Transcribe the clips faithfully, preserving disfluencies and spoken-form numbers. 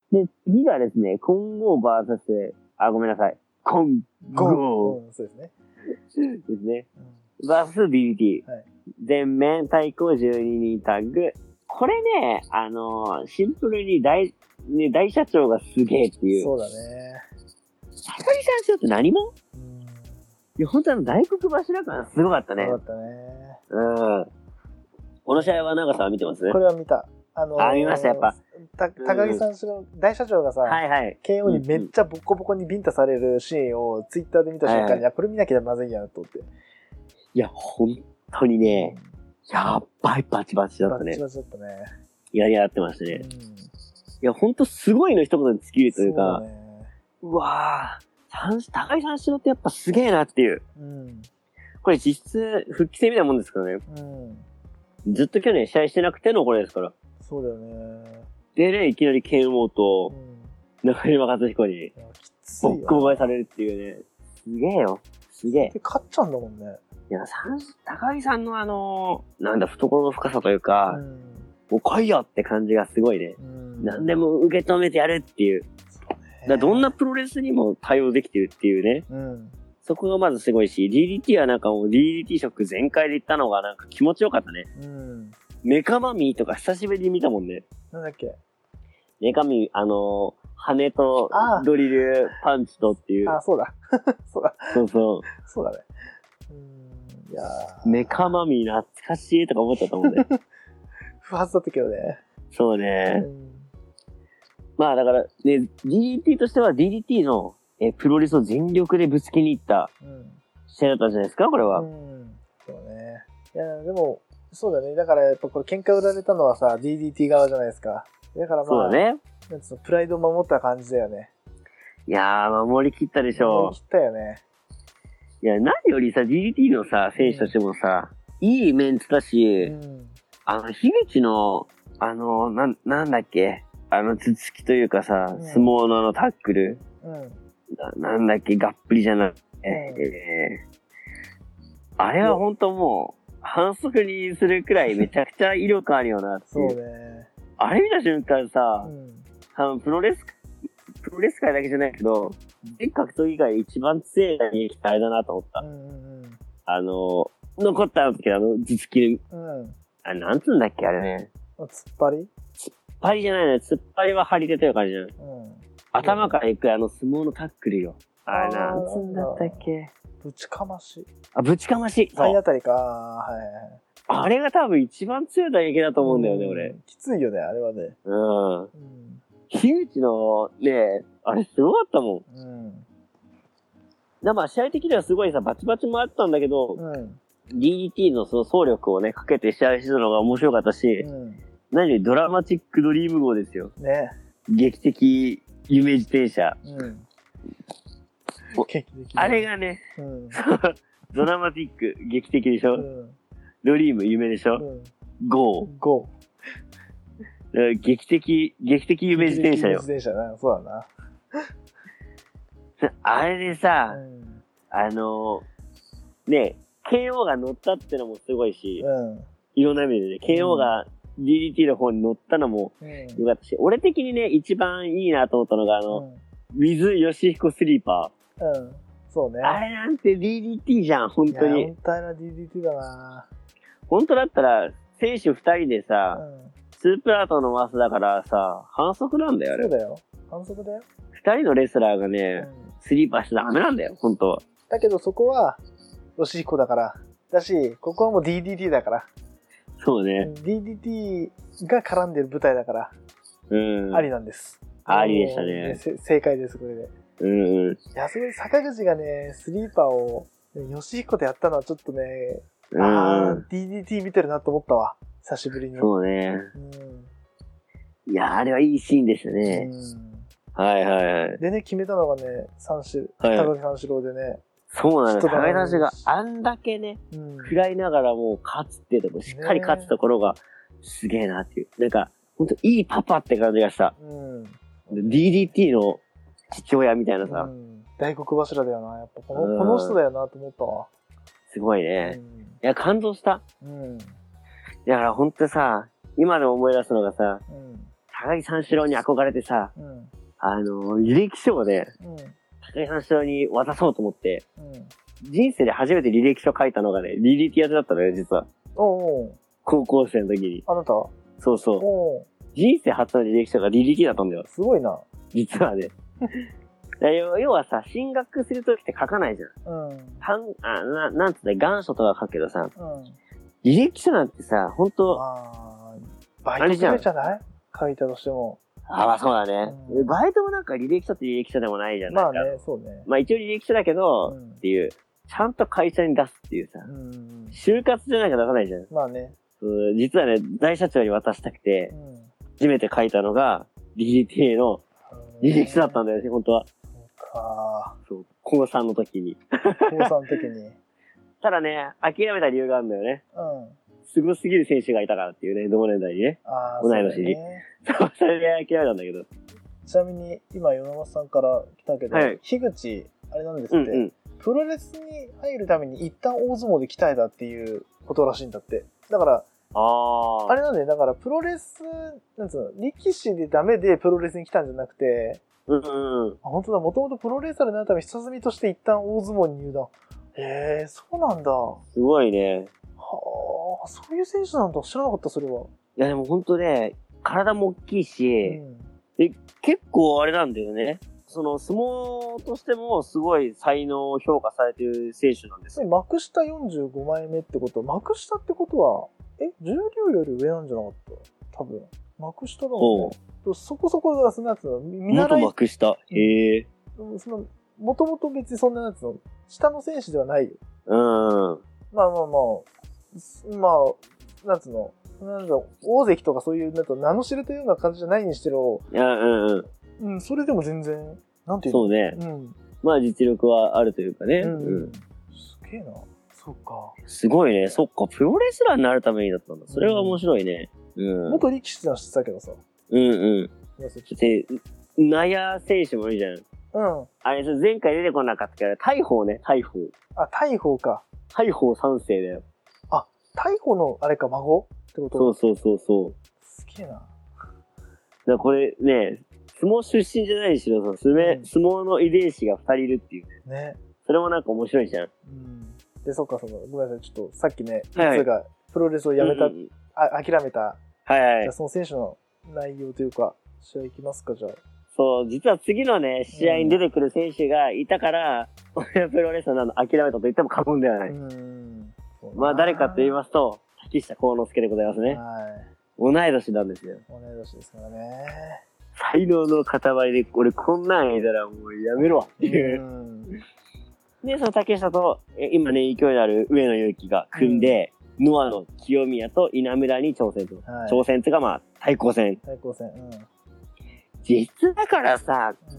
で、次がですね、金剛 ブイエス、あ、ごめんなさい。金剛。 うん、そうですね。 ですね。 うん、 バース ディーディーティー。 はい。 全面対抗じゅうににんタッグ。これね、あのー、シンプルに大、ね、大社長がすげえっていう。 そうだね。 高木さんしろって何も、 うん。 いや、本当に大黒柱感すごかったね。 そうだったね。 うん。この試合は長さは見てます？ これは見た。あのー、 あ、見ました、やっぱ。 た高木さんしろ、大社長がさ、 はいはい。 ケーオー にめっちゃボコボコにビンタされるシーンをツイッターで見た瞬間に、 はいはい、 あ、これ見なきゃまずいやなと思って。 いや、本当にね、やっばいバチバチだったね。 バチバチだったね。 やり合ってましたね。 うん、 いや、ほんとすごいの一言で尽きるというか、 そうだね、 うわぁ、高井三四郎ってやっぱすげえなっていう。 うん、 これ実質復帰戦みたいなもんですからね。うん、ずっと去年試合してなくてのこれですから。 そうだよね。 でね、いきなり剣王と中島和彦にボッコボコにされるっていうね。すげえよ。すげえ。 で、勝っちゃうんだもんね。 いや、高井さんのあのー、なんだ、懐の深さというか、うん、もう来いよって感じがすごいね。うん、何でも受け止めてやるっていう。だどんなプロレスにも対応できてるっていうね。うん、そこがまずすごいし、ディーディーティー はなんかもう ディーディーティー 色全開でいったのがなんか気持ちよかったね。うん、メカマミーとか久しぶりに見たもんね。 なんだっけ？ メカミー、あのー、羽とドリルパンチとっていう。 ああ、そうだ。そうだ。 そうそう。 そうだね。うん、いやメカマミー懐かしいとか思っちゃったもんね。 不発だったけどね。 そうね。うん、まあだからね、ディーディーティー としては ディーディーティー のえプロレスを全力でぶつけに行った試合だったんじゃないですか、これは。うん。 そうね。いや、でも、そうだね。だからやっぱこれ喧嘩売られたのはさ、ディーディーティー 側じゃないですか。だからまあ、 そうだね。 なんつうの、プライドを守った感じだよね。 いやー、守り切ったでしょ。 守り切ったよね。 いや、何よりさ、ディーディーティー のさ、選手としてもさ、うん、いいメンツだし、うん、あの、樋口の、あの、なん、なんだっけ、あの、つつきというかさ、うん、相撲のあのタックル、うん、な, なんだっけ、がっぷりじゃなくて、うん、えー、あれは本当もう、反則にするくらいめちゃくちゃ威力あるよなっていう。そうね。あれ見た瞬間さ、うん、あのプロレス、プロレス界だけじゃないけど、全格闘技界で一番強い撃ってあれだなと思った。うんうんうん、あの、残ったんですけど、あの、実機、うん、あ、なんつうんだっけ、あれね。 突っ張り突っ張りじゃないね。突っ張りは張り手という感じじゃん。うん、頭から行くあの相撲のタックルよ。あれなんつうんだったっけ。 ぶちかまし。 あ、ぶちかまし。 体当たりか。はいはい。 あれが多分一番強い打撃だと思うんだよね、うん、俺。 きついよね、あれはね。 うん。うん、樋口のね、あれすごかったもん。うん。だまあ試合的にはすごいさ、バチバチもあったんだけど、うん、ディーディーティー のその総力をね、かけて試合してたのが面白かったし、うん、何よりドラマチックドリーム号ですよ。ね。劇的夢自転車。うん。あれがね、うん、ドラマティック、劇的でしょ、うん、ドリーム、夢でしょ、うん、ゴー。ゴー。劇的、劇的夢自転車よ。 自転車な、そうだな。あれでさ、うん、あのー、ね、ケーオー が乗ったってのもすごいし、うん、いろんな意味でね、ケーオー が ディーディーティー の方に乗ったのもよかったし、うん、俺的にね、一番いいなと思ったのが、あの、ウィズ・ヨシヒコスリーパー。 うん、そうね。 あれなんて ディーディーティー じゃん、本当に。 本当の ディーディーティー だな。 本当だったら、選手二人でさ、うん、スープラートのマスだからさ、反則なんだよ、あれ。 そうだよ。反則だよ。 二人のレスラーがね、うん、スリーパーしちゃダメなんだよ、本当は。 だけどそこは、ヨシヒコだから。だし、ここはもう ディーディーティー だから。 そうね。 ディーディーティー が絡んでる舞台だから。うん。ありなんです。 ありでしたね。 正解です、これで。うんうん。いや、それで坂口がね、スリーパーを、ヨシヒコでやったのはちょっとね、うん、あー、ディーディーティー 見てるなと思ったわ。久しぶりに。 そうね。うん、いや、あれはいいシーンでしたね。うん、はいはいはい。 でね、決めたのがね、三四、はい、高木三四郎でね。 そうなの、高木三四郎があんだけね、うん、食らいながらもう勝つっていうところ、しっかり勝つところがすげえなっていう。なんか、ほんといいパパって感じがした。うん、ディーディーティー の父親みたいなさ、うん、 大黒柱だよな。やっぱこの、この人だよなと思ったわ。 すごいね。うん、いや、感動した。うん、だからほんとさ、今でも思い出すのがさ、うん、高木三四郎に憧れてさ、うん、 あの、履歴書をね、 うん。 高木さんの人に渡そうと思って、 うん。 人生で初めて履歴書書いたのがね、ディーディーティー 宛てだったのよ、実は。 おうおう。 高校生の時に。 あなた？ そうそう。 おう。 人生初の履歴書が ディーディーティー だったんだよ。 すごいな。 実はね。要はさ、進学するときって書かないじゃん。 うん。 たん、あ、な、なんつったら願書とか書くけどさ、 うん。 履歴書なんてさ、ほんと、 あー、バイトくらいじゃない？書いたとしても。 あ、まあそうだね、 うん。 バイトもなんか履歴書って履歴書でもないじゃん。 まあね、そうね。 まあ一応履歴書だけど、 うん、 っていう、ちゃんと会社に出すっていうさ、 うん、 就活じゃなきゃ出さないじゃん。 まあね。 うん、実はね、大社長に渡したくて、 うん、 初めて書いたのが ディーディーティー の履歴書だったんだよね、本当は。 そうか。 そう、高さんの時に。 高さんの時に。 ただね、諦めた理由があるんだよね。 うん。 すごすぎる選手がいたからっていうね、同年代にね。 ああ、 同い年に。そう、それで諦めたんだけど。 ちなみに、今、与那松さんから来たけど、はい、樋口、あれなんですって、うんうん、プロレスに入るために一旦大相撲で鍛えたっていうことらしいんだって。だから、ああれなんだよ、だからプロレス、なんつうの、力士でダメでプロレスに来たんじゃなくて、 うんうん、 あ、本当だ、もともとプロレスラーになるために下積みとして一旦大相撲に入団。へえ、そうなんだ。 すごいね。 はあ、そういう選手なんだ。知らなかった、それは。 いや、でも本当ね、体も大きいし、うん、で結構あれなんだよね。その相撲としてもすごい才能を評価されている選手なんですよ。 幕下よんじゅうごまいめってことは、幕下ってことは、え、重量より上なんじゃなかった多分。幕下だもんね。そこそこが、そのやつの、見習い。 元幕下。へえ。 その、もともと別にそんなやつの、下の選手ではないよ。 うん。 まあまあまあ、まあ、なんつうの、なんだろう、大関とかそういう、なんか名の知れたような感じじゃないにしてろ。 いや、うんうん。 うん、それでも全然、なんていうの？ そうね。 うん。 まあ実力はあるというかね。 うん。うん、すげえな。そっか。 すごいね。そっか。プロレスラーになるためにだったんだ。それは面白いね。うん。 元力士ってのは知ってたけどさ。 うんうん。だって、ナヤ選手もいるじゃん。うん。あれ、前回出てこなかったけど、大鵬ね、大鵬。 あ、大鵬か。 大鵬三世だよ。 あ、大鵬のあれか、孫ってこと？ そうそうそうそう。 すげえな。だからこれね、相撲出身じゃないにしろ、相撲の遺伝子がふたりいるっていうね。ね。それもなんか面白いじゃん。うん。 で、そっか、その、ごめんなさい、ちょっとさっきね、いつがプロレスをやめた、うんうん、あ、諦めた。はいはい。じゃあその選手の内容というか、試合いきますか、じゃあ。 そう、実は次のね、試合に出てくる選手がいたから、うん、俺はプロレスラーなの諦めたと言っても過言ではない。うん。まあ誰かと言いますと、竹下幸之助でございますね。はい。同い年なんですよ。 同い年ですからね。 才能の塊で、俺こんなんいたらもうやめろわっていう。うん、で、その竹下と、今ね、勢いのある上野祐希が組んで、うん、ノアの清宮と稲村に挑戦と。はい、挑戦っていうかまあ、対抗戦。 対抗戦。うん。 実だからさ、うん、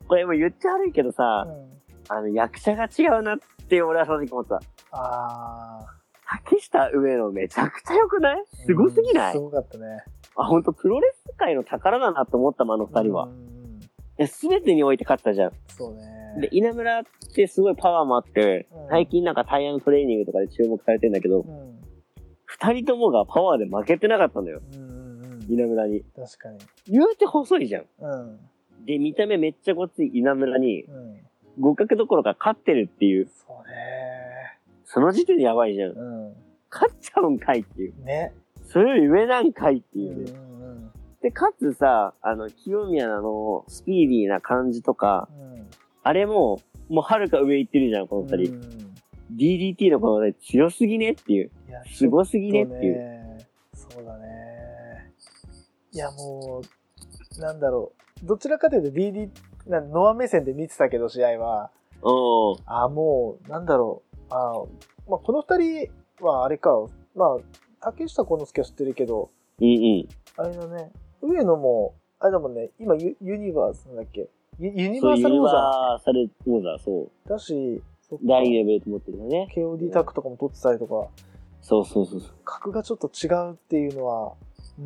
これも言っちゃ悪いけどさ、うん、あの、役者が違うなって俺は正直思った。あー。竹下上野めちゃくちゃ良くない？すごすぎない？ すごかったね。 あ、ほんとプロレス界の宝だなと思ったもん、あの二人は。すべてにおいて勝ったじゃん。 そうね。 で、稲村ってすごいパワーもあって、うん、最近なんかタイヤのトレーニングとかで注目されてんだけど、二、うん、人ともがパワーで負けてなかったんだよ。うんうんうん、稲村に。 確かに。 言うて細いじゃん。うん、で、見た目めっちゃごつい稲村に、うん、互角どころか勝ってるっていう。 そうね。 その時点でやばいじゃん。うん、勝っちゃうんかいっていう。 ね。 それより上なんかいっていうね。うんうん、で、かつさ、あの、清宮のスピーディーな感じとか、うん、あれも、もうはるか上行ってるじゃん、この二人。うん、ディーディーティー のこのね、強すぎねっていう。いやすごすぎねっていう。 ね、そうだね。いや、もう、なんだろう。どちらかというと ディーディー、なノア目線で見てたけど、試合は。うん。あ、もう、なんだろう。あ、まあ、この二人はあれか。まあ、竹下幸之助は知ってるけど、うんうん。あれだね、上野も、あれだもんね、今ユ、ユニバースなんだっけユ, ユニバーサル王座。ユニバーサル王座、そう。だし、 大レベルと思ってるよね。 ケーオーディー タックとかも取ってたりとか。 そうそうそう。 格がちょっと違うっていうのは、うん、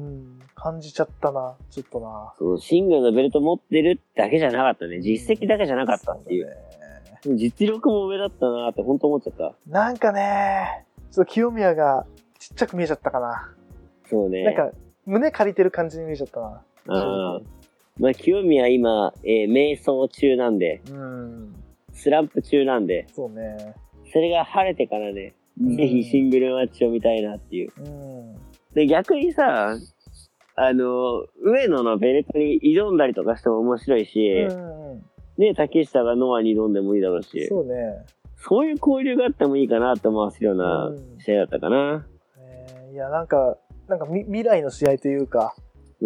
感じちゃったな、ちょっとな。 そう、シングルのベルト持ってるだけじゃなかったね。実績だけじゃなかったっていう。うん、ね、実力も上だったなって本当思っちゃった。 なんかね、ちょっと清宮がちっちゃく見えちゃったかな。 そうね。 なんか、胸借りてる感じに見えちゃったな。 うん。 まあ、清宮今、えー、瞑想中なんで、 うん。 スランプ中なんで、 そうね。 それが晴れてからね、ぜひシングルマッチを見たいなっていう。 うん。 で、逆にさ、あの、上野のベルトに挑んだりとかしても面白いし、うんうん、ね、竹下がノアに挑んでもいいだろうし、 そうね。 そういう交流があってもいいかなって思わせるような試合だったかな。うん、 えー、いや、なんか、なんか未来の試合というか、うん、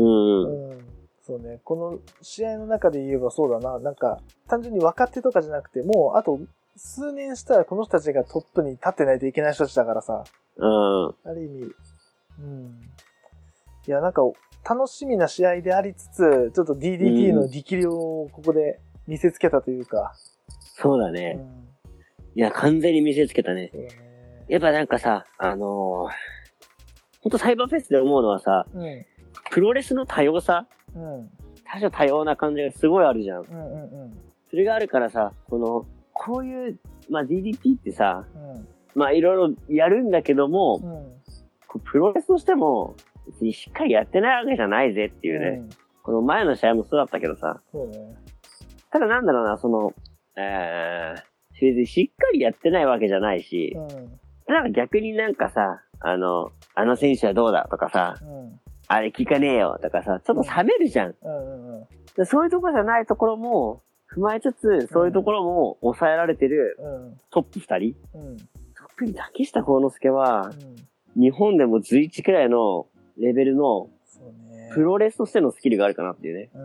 うん。そうね。この試合の中で言えばそうだな。なんか、単純に若手とかじゃなくて、もう、あと、数年したらこの人たちがトップに立ってないといけない人たちだからさ。うん。ある意味、うん。いや、なんか、楽しみな試合でありつつ、ちょっと ディーディーティー の力量をここで見せつけたというか。 うん、そうだね、うん。いや、完全に見せつけたね。ね、やっぱなんかさ、あのー、ほんとサイバーフェスで思うのはさ、うん、プロレスの多様さ、うん、多種多様な感じがすごいあるじゃん。うんうんうん、それがあるからさ、この、こういう、まあ ディーディーティー ってさ、うん、まあいろいろやるんだけども、うん、こうプロレスとしても、別にしっかりやってないわけじゃないぜっていうね。うん、この前の試合もそうだったけどさ。そうね。ただなんだろうな、その、えー、別にしっかりやってないわけじゃないし、うん、なんか逆になんかさ、あの、あの選手はどうだとかさ、うん、あれ聞かねえよとかさ、ちょっと冷めるじゃん。うんうんうん、でそういうところじゃないところも踏まえつつ、そういうところも抑えられてるトップふたり。うん、特に竹下幸之助は、うん、日本でも随一くらいのレベルのプロレスとしてのスキルがあるかなっていうね。うん、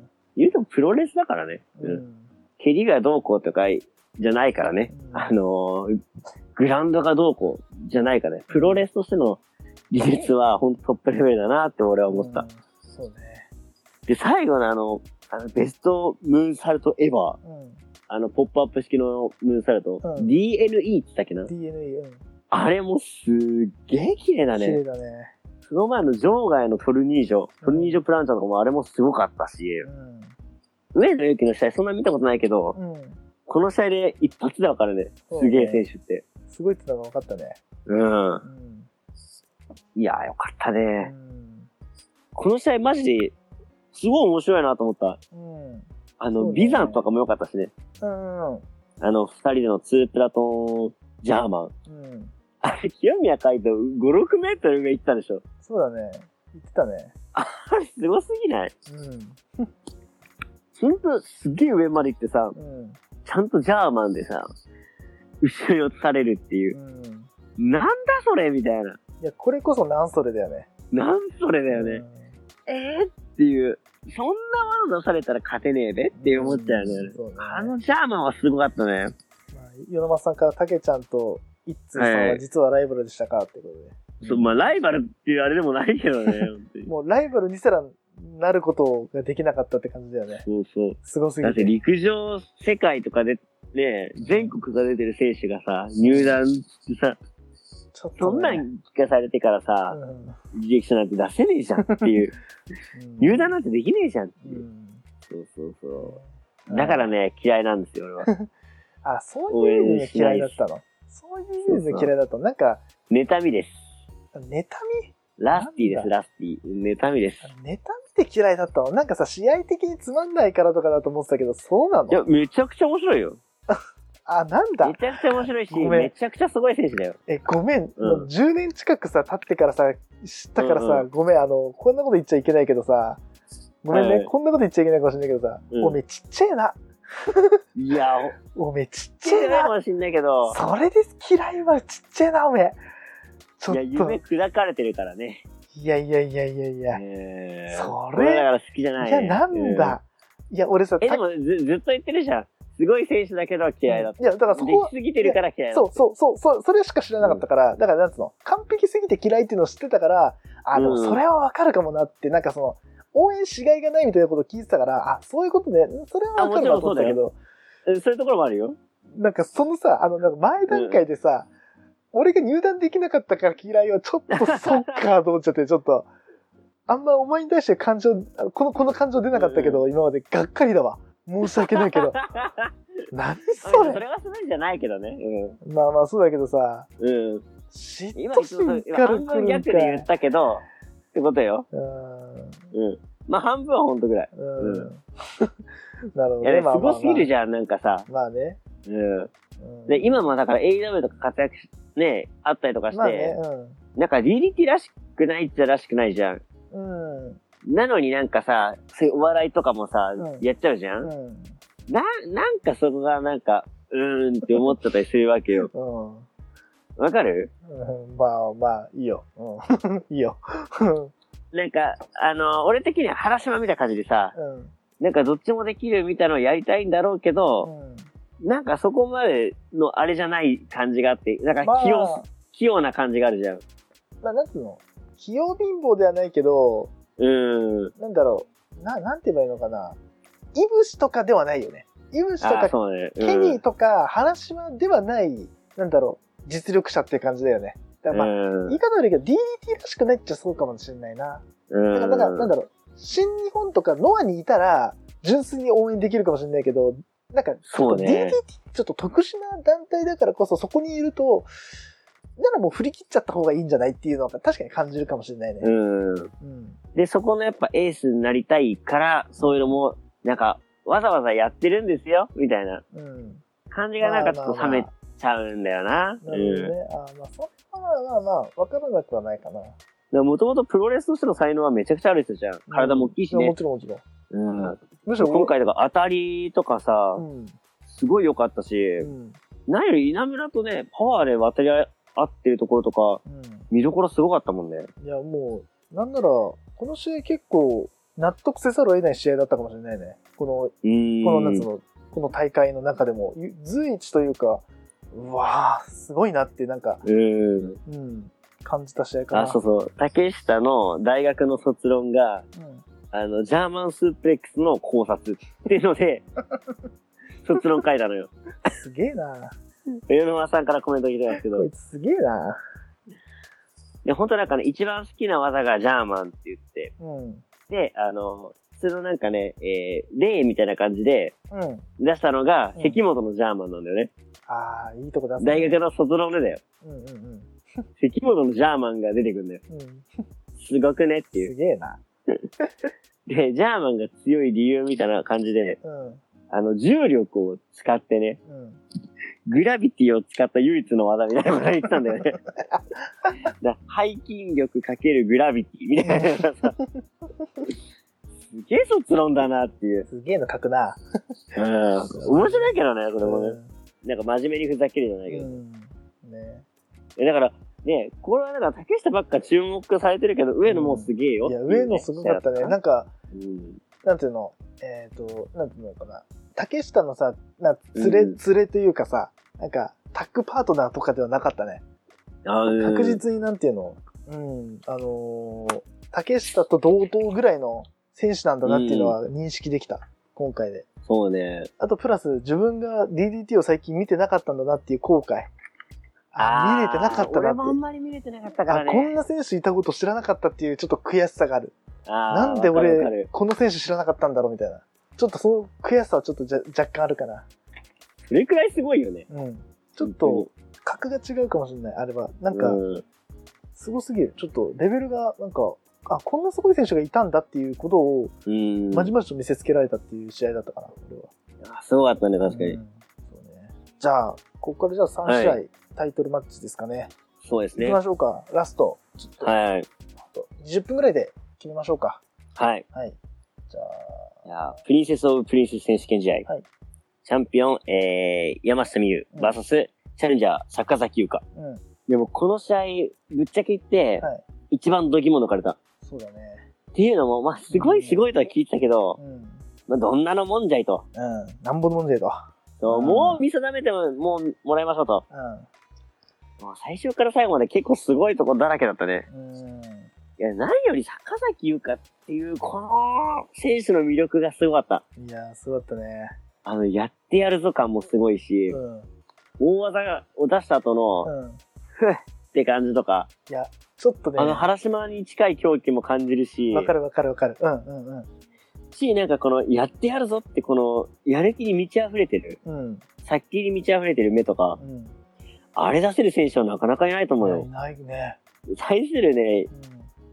言うてもプロレスだからね。うん、蹴りがどうこうとかじゃないからね。うん、あのー、グラウンドがどうこうじゃないからね。プロレスとしての技術はほんとトップレベルだなって俺は思った。うん、そうね。で、最後のあの、あのベストムーンサルトエバー。うん、あの、ポップアップ式のムーンサルト。うん、ディーエヌイー って言ったっけな ?ディーエヌイー、うん。あれもすっげえ綺麗だね。綺麗だね。その前の場外のトルニージョ、トルニージョプランチャーとかもあれもすごかったし、うん、上野由岐の試合そんな見たことないけど、うん、この試合で一発でわかるね。すげえ選手って。すごいってのが分かったね。うん。うん、いやーよかったね、うん。この試合マジですごい面白いなと思った。うん、あの、ね、ビザンとかもよかったしね。うん、あの、二人でのツープラトンジャーマン。うんあれ、清宮海斗ご、ろくメートル上行ったでしょ。そうだね。行ってたね。あれ、すごすぎない？うん。ほんと、すげえ上まで行ってさ、うん、ちゃんとジャーマンでさ、後ろに落とされるっていう。うん、なんだそれみたいな。いや、これこそなんそれだよね。なんそれだよね。うん、えー、っていう。そんな技出されたら勝てねえべって思っちゃうね。うん、ねあのジャーマンはすごかったね。まあ、与那松さんからたけちゃんと、一通さんは実はライバルでしたかってことで。そう、まあライバルっていうあれでもないけどね。もうライバルにすらなることができなかったって感じだよね。そうそう。すごすぎて。だって陸上世界とかでね、全国が出てる選手がさ、入団してさ、ちょっと、ね、そんなん聞かされてからさ、うん、履歴書なんて出せねえじゃんっていう。うん、入団なんてできねえじゃんっていう。うん、そうそうそう。だからね、嫌いなんですよ、俺は。あ、そういう意味で嫌いだったの？そういう意味で嫌いだったの？なんか、妬みです。妬み？ラスティです、ラスティ。妬みです。妬みで嫌いだったの？なんかさ、試合的につまんないからとかだと思ってたけど、そうなの？いや、めちゃくちゃ面白いよ。あ、なんだ。めちゃくちゃ面白いし、めちゃくちゃすごい選手だよ。え、ごめん。うん、じゅうねん近くさ、経ってからさ、知ったからさ、うんうん、ごめん、あの、こんなこと言っちゃいけないけどさ、ごめんね、はい、こんなこと言っちゃいけないかもしれないけどさ、うん、おめえちっちゃいな。いや、おめえちっちゃいな。かもしんないけど。それで嫌いはちっちゃいな、おめえ。ちょっと。いや、夢砕かれてるからね。いやいやいやいやいや。えー、それ。だから好きじゃない、ね。いや、なんだ。うん、いや、俺さ、え、でもず、ずっと言ってるじゃん。すごい選手だけど嫌いだった。いや、だからそこは。できすぎてるから嫌いだった。そうそうそう、それしか知らなかったから、うん、だからなんつうの、完璧すぎて嫌いっていうのを知ってたから、あ、でもそれはわかるかもなって、なんかその、応援しがいがないみたいなことを聞いてたから、あ、そういうことね、それはわかるなと思ったけど。そういうところもあるよ。なんかそのさ、あの、なんか前段階でさ、うん、俺が入団できなかったから嫌いはちょっとそっかと思っちゃって、ちょっと、あんまお前に対して感情、この、この感情出なかったけど、うん、今までがっかりだわ。申し訳ないけど。何それそれはするんじゃないけどね。うん、まあまあそうだけどさ、うん。嫉妬心から来るんか。今半分逆で言ったけど、ってことよ。うん。うん。 まあ半分はほんとぐらい。 うん。 うん、 なるほどね。 いや、すごすぎるじゃん、なんかさ。 まあね。 うん。で、今もだから エーイーダブリュー とか活躍し、ね、あったりとかして、まあね、うん、なんか ディーディーティー らしくないっちゃらしくないじゃん。うん。なのになんかさ、そういうお笑いとかもさ、うん、やっちゃうじゃん、うん、な、なんかそこがなんか、うーんって思っちゃったりするわけよ。うん。わかる？ うん、まあまあ、いいよ。うん、いいよ。 なんか、あの、俺的には原島みたいな感じでさ、うん、なんかどっちもできるみたいなのをやりたいんだろうけど、うん、なんかそこまでのあれじゃない感じがあって、なんか器用、まあ、器用な感じがあるじゃん。 まあ、なんつうの？器用貧乏ではないけど、うん。なんだろう。な、なんて言えばいいのかな。イブシとかではないよね。イブシとか、ねうん、ケニーとか、原島ではない、なんだろう、実力者って感じだよね。だからまあ、うん、言い方悪いけど、ディーディーティー らしくないっちゃそうかもしれないな。うん。だから、だからなんだろう、新日本とかノアにいたら、純粋に応援できるかもしれないけど、なんか、そうね、ディーディーティー ちょっと特殊な団体だからこそ、そこにいると、ならもう振り切っちゃった方がいいんじゃないっていうのは確かに感じるかもしれないね。うん。 うん、で、そこのやっぱエースになりたいから、そういうのも、なんか、わざわざやってるんですよ、みたいな。うん。感じがなんかちょっと冷めちゃうんだよな。まあまあまあ、なるほどね。うん、あまあ、それはまあまあまあ、わからなくはないかな。 もともとプロレスとしての才能はめちゃくちゃある人じゃん。体も大きいしね。 もちろんもちろん。 うん。むしろ今回とか当たりとかさ、うん、すごい良かったし、うん、何より稲村とね、パワーで渡り合ってるところとか、うん、見どころすごかったもんね。 いや、もう、なんなら、この試合結構、納得せざるを得ない試合だったかもしれないね。この、この夏の、この大会の中でも、随一というか、うわぁ、すごいなって、なんか、うん、うん、感じた試合かな。 あ、そうそう。竹下の大学の卒論が、うん、あの、ジャーマンスープレックスの考察っていうので、卒論書いたのよ。 すげえな与沼さんからコメント来てますけど。 こいつすげえなで、本当なんかね、一番好きな技がジャーマンって言って、うん、で、あの、普通のなんかね、えー、例みたいな感じで、出したのが、うん、関本のジャーマンなんだよね。 ああ、いいとこ出すね。大学の卒論でだよ。うんうんうん。関本のジャーマンが出てくるんだよ。うん、すごくねっていう。 すげえな。 で、ジャーマンが強い理由みたいな感じで、うん、あの、重力を使ってね、うん、グラビティを使った唯一の技みたいなこと言ってたんだよね。だ背筋力かけるグラビティみたいなさ。すげえ卒論だなっていう。 すげえの書くな。 うん。面白いけどね、それもね。うん、なんか真面目にふざけるじゃないけど。うん、ね。だから、ね、これはなんか竹下ばっか注目されてるけど、上野もすげえよ、 うん。いや、上野すごかったね。なんか、うん、なんていうの、えっ、ー、と、なんていうのかな。竹下のさ、な、連れ、連れというかさ、なんか、タッグパートナーとかではなかったね。あ確実になんていうの、うん、あのー、竹下と同等ぐらいの選手なんだなっていうのは認識できた。うん、今回で。 そうね。 あとプラス自分が ディーディーティー を最近見てなかったんだなっていう後悔。あ見れてなかったなって。 俺もあんまり見れてなかったからね。 あ、こんな選手いたこと知らなかったっていうちょっと悔しさがある。あなんで俺、この選手知らなかったんだろうみたいな。ちょっとその悔しさはちょっとじゃ若干あるかな。 それくらいすごいよね。 うん。ちょっと、格が違うかもしれない、あれは。なんか、すごすぎる。ちょっと、レベルが、なんか、あ、こんなすごい選手がいたんだっていうことを、まじまじと見せつけられたっていう試合だったかな、これは。 あ、すごかったね、確かに。うん、 そうね。じゃあ、ここからじゃあさん試合、はい、タイトルマッチですかね。 そうですね。 行きましょうか。ラスト。ちょっと、はい。にじゅっぷんぐらいで決めましょうか。 はい。 はい。じゃあ、 じゃあプリンセス・オブ・プリンセス選手権試合。はい。チャンピオン、えー、山下美優、バーサス、チャレンジャー、坂崎優香。うん。でも、この試合、ぶっちゃけ言って、はい、一番度肝抜かれた。 そうだね。 っていうのも、まあ、すごいすごいとは聞いてたけど、うん。まあ、どんなのもんじゃいと。 うん。なんぼのもんじゃいと。 そう、うん、もう見定めても、もう、もらいましょうと。うん。もう最初から最後まで結構すごいとこだらけだったね。うん。いや、何より坂崎優香っていう、この選手の魅力がすごかった。 いやー、すごかったね。 あの、やってやるぞ感もすごいし、うん、大技を出した後の、うん、ふっって感じとか。 いや、ちょっとね。 あの、原島に近い狂気も感じるし。 わかるわかるわかる。うんうんうん。 し、なんかこの、やってやるぞってこの、やる気に満ち溢れてる。うん。殺気に満ち溢れてる目とか。うん。あれ出せる選手はなかなかいないと思うよ。 いないね。 対するね、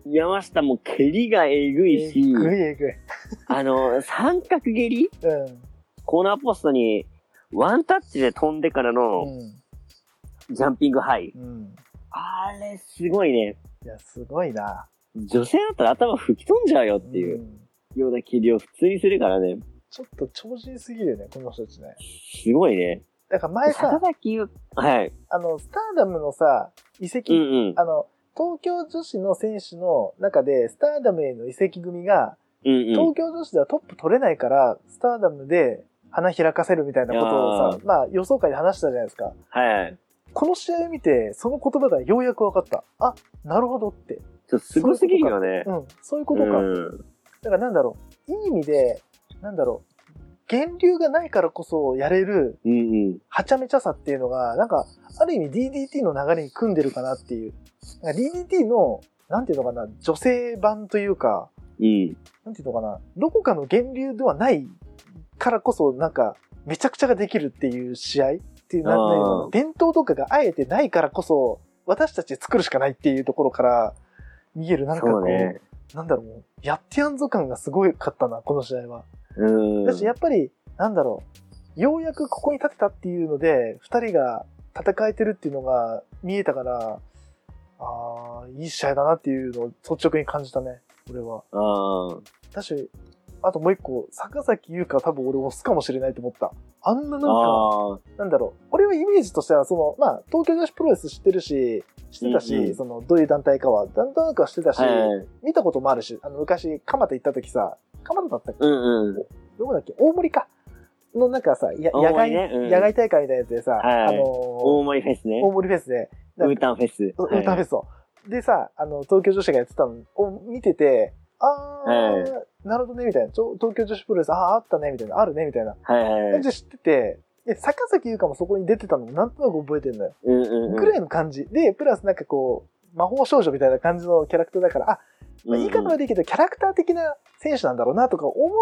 山下も蹴りがえぐいし、 えぐいえぐい。 あの、三角蹴り、 うん、 コーナーポストにワンタッチで飛んでからの、ジャンピングハイ。うん、あれ、すごいね。 いや、すごいな。 女性だったら頭吹き飛んじゃうよっていうような蹴りを普通にするからね。 ちょっと超人すぎるよね、この人たちね。 すごいね。 だから前さ、 はい。 あの、スターダムのさ、移籍、うんうん、あの、東京女子の選手の中で、スターダムへの移籍組が、うんうん、東京女子ではトップ取れないから、スターダムで花開かせるみたいなことをさ、まあ予想会で話したじゃないですか。 はい。 この試合を見て、その言葉がようやく分かった。あ、なるほどって。 ちょっとすごすぎるよね。 うん、そういうことか。うん、だからなんだろう、いい意味で、なんだろう、源流がないからこそやれる、はちゃめちゃさっていうのが、なんか、ある意味 ディーディーティー の流れに組んでるかなっていう。ディーディーティー の、なんていうのかな、女性版というか、うん、なんていうのかな、どこかの源流ではないからこそ、なんか、めちゃくちゃができるっていう試合っていう、なんていうの、伝統とかがあえてないからこそ、私たちで作るしかないっていうところから、見える、なんかこう、ね、なんだろう、やってやんぞ感がすごいかったな、この試合は。だし、やっぱり、なんだろう、ようやくここに立てたっていうので、二人が戦えてるっていうのが見えたから、ああ、いい試合だなっていうのを率直に感じたね、俺は。あだし、あともう一個、坂崎優香は多分俺押すかもしれないと思った。あんななんか、なんだろう、俺はイメージとしては、その、まあ、東京女子プロレス知ってるし、知ってたし、うんうん、その、どういう団体かは、なんとなくは知ってたし、はい、見たこともあるし、あの、昔、蒲田行った時さ、蒲田だったっけ、うんうん、どこだっけ大森かのなんかさ、や野外、ねうん、野外大会みたいなやつでさ、はい、あのー、 大森フェスね。 大森フェスで。 ウータンフェス。 ウータンフェスを。でさ、あの、東京女子がやってたのを見てて、あー、はい、なるほどね、みたいな。東京女子プロレス、あー、あったね、みたいな。あるね、みたいな。はいはい、感じで知ってて、で、坂崎優香もそこに出てたのもなんとなく覚えてるのよ。うんうんうん。ぐらいの感じ。で、プラスなんかこう、魔法少女みたいな感じのキャラクターだから、あ、まあ、言い方はできるけど、キャラクター的な選手なんだろうなとか思って、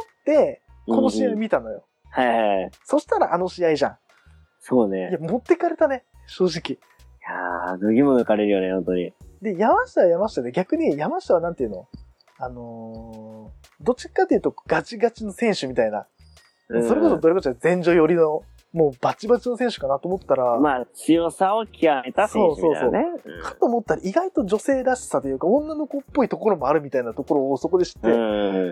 この試合見たのよ。うんうん、はいはい。そしたらあの試合じゃん。 そうね。 いや、持ってかれたね、正直。 いやー、脱ぎも抜かれるよね、本当に。 で、山下は山下で、逆に山下はなんていうのあのー、どっちかというとガチガチの選手みたいな。うん、それこそどれこそ前女寄りの、もうバチバチの選手かなと思ったら。 まあ、強さを極めた選手みたいなね。 そうそうそう。うん、かと思ったら意外と女性らしさというか、女の子っぽいところもあるみたいなところをそこで知って、うん、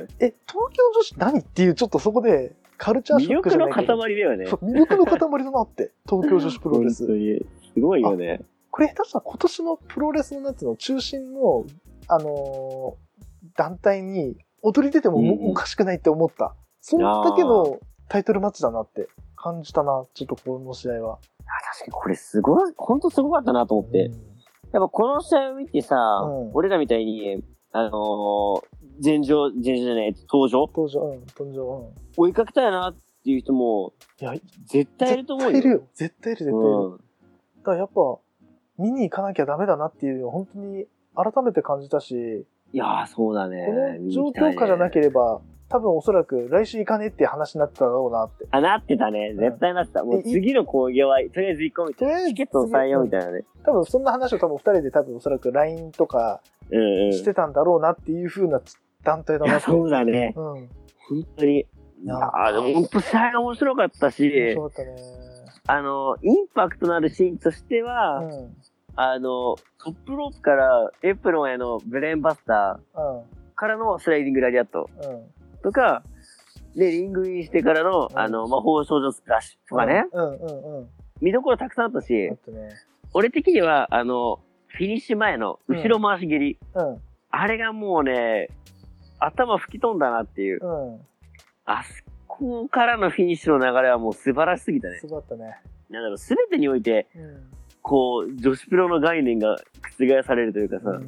え、東京女子何っていう、ちょっとそこで、カルチャーショックじゃないけど。 魅力の塊だよね。 魅力の塊だなって、東京女子プロレス。 本当にすごいよね。 これ下手したら今年のプロレスのやつの中心の、あのー、団体に踊り出てもおかしくないって思った。うん、そんだけのタイトルマッチだなって感じたな、ちょっとこの試合は。 確かにこれすごい、ほんとすごかったなと思って。うん、やっぱこの試合を見てさ、うん、俺らみたいに、あのー、前場、前場じゃない、登場登場、うん、登場、うん。 追いかけたいなっていう人も、いや、絶対いると思うよ。 絶対いるよ。絶対いる、絶対いる。うん、だからやっぱ、見に行かなきゃダメだなっていうのを本当に改めて感じたし。 いやー、そうだね。 この状況下じゃなければ、多分おそらく来週行かねって話になってただろうなって。 あ、なってたね。絶対なってた。うん、もう次の興行は、とりあえず行こうみたいな。チケット抑えようみたいなね。 多分そんな話を多分二人で多分おそらく ライン とかしてたんだろうなっていう風な団体だなって。 いや、そうだね。うん。本当に。いやー、でも本当試合が面白かったし。 面白かったね。 あの、インパクトのあるシーンとしては、うん、あの、トップロープからエプロンへのブレーンバスターからのスライディングラリアットとか、で、リングインしてからの、うん、あの、魔法少女スプラッシュとかね、うんうんうん、見どころたくさんあったし、ね、俺的には、あの、フィニッシュ前の後ろ回し蹴り、うんうん、あれがもうね、頭吹き飛んだなっていう、うん、あそこからのフィニッシュの流れはもう素晴らしすぎたね。 すごかったね。 なんだろう、すべてにおいて、うんこう、女子プロの概念が覆されるというかさ、うん、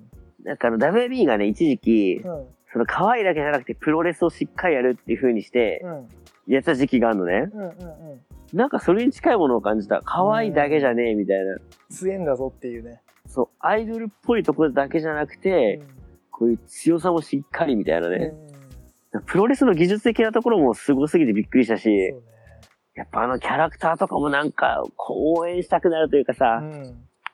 なんかあの ダブリュービー がね、一時期、うん、その可愛いだけじゃなくてプロレスをしっかりやるっていう風にして、うん、やった時期があるのね、うんうんうん。なんかそれに近いものを感じた。可愛いだけじゃねえみたいな。 強えんだぞっていうね。 そう、アイドルっぽいところだけじゃなくて、こういう強さもしっかりみたいなね。プロレスの技術的なところもすごすぎてびっくりしたし、やっぱあのキャラクターとかもなんか、こう応援したくなるというかさ、うん、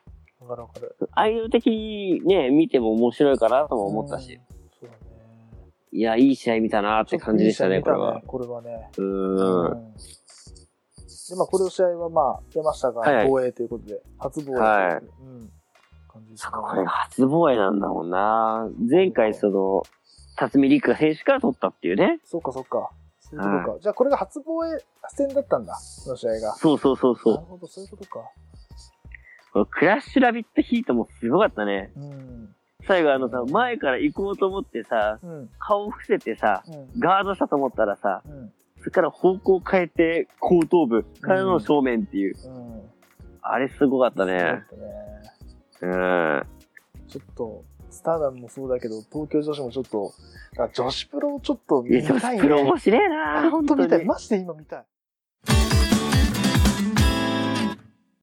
かるわかる。 アイドル的にね、見ても面白いかなとも思ったし。うん、そうだね。いや、いい試合見たなって感じでしたね、いいこれは。 これはね。 うーん。 で、まあ、これの試合はまあ、山下が防衛ということで、はい、初防衛。はい。うん。 感じですね。これが初防衛なんだもんな。前回その、辰巳陸選手から取ったっていうね。 そうかそうか。そういうことか。はい、じゃあこれが初防衛戦だったんだ、この試合が。 そうそうそうそう。 なるほど、そういうことか。 このクラッシュラビットヒートもすごかったね。うん、最後あのさ、うん、前から行こうと思ってさ、うん、顔を伏せてさ、うん、ガードしたと思ったらさ、うん、それから方向を変えて後頭部からの正面っていう。うんうん、あれすごかったね。すごかったね。うん。 ちょっと、スターダムもそうだけど、東京女子もちょっと、女子プロちょっと見たいね。 女子プロ面白いなぁ。 ほんと見たい。マジで今見たい。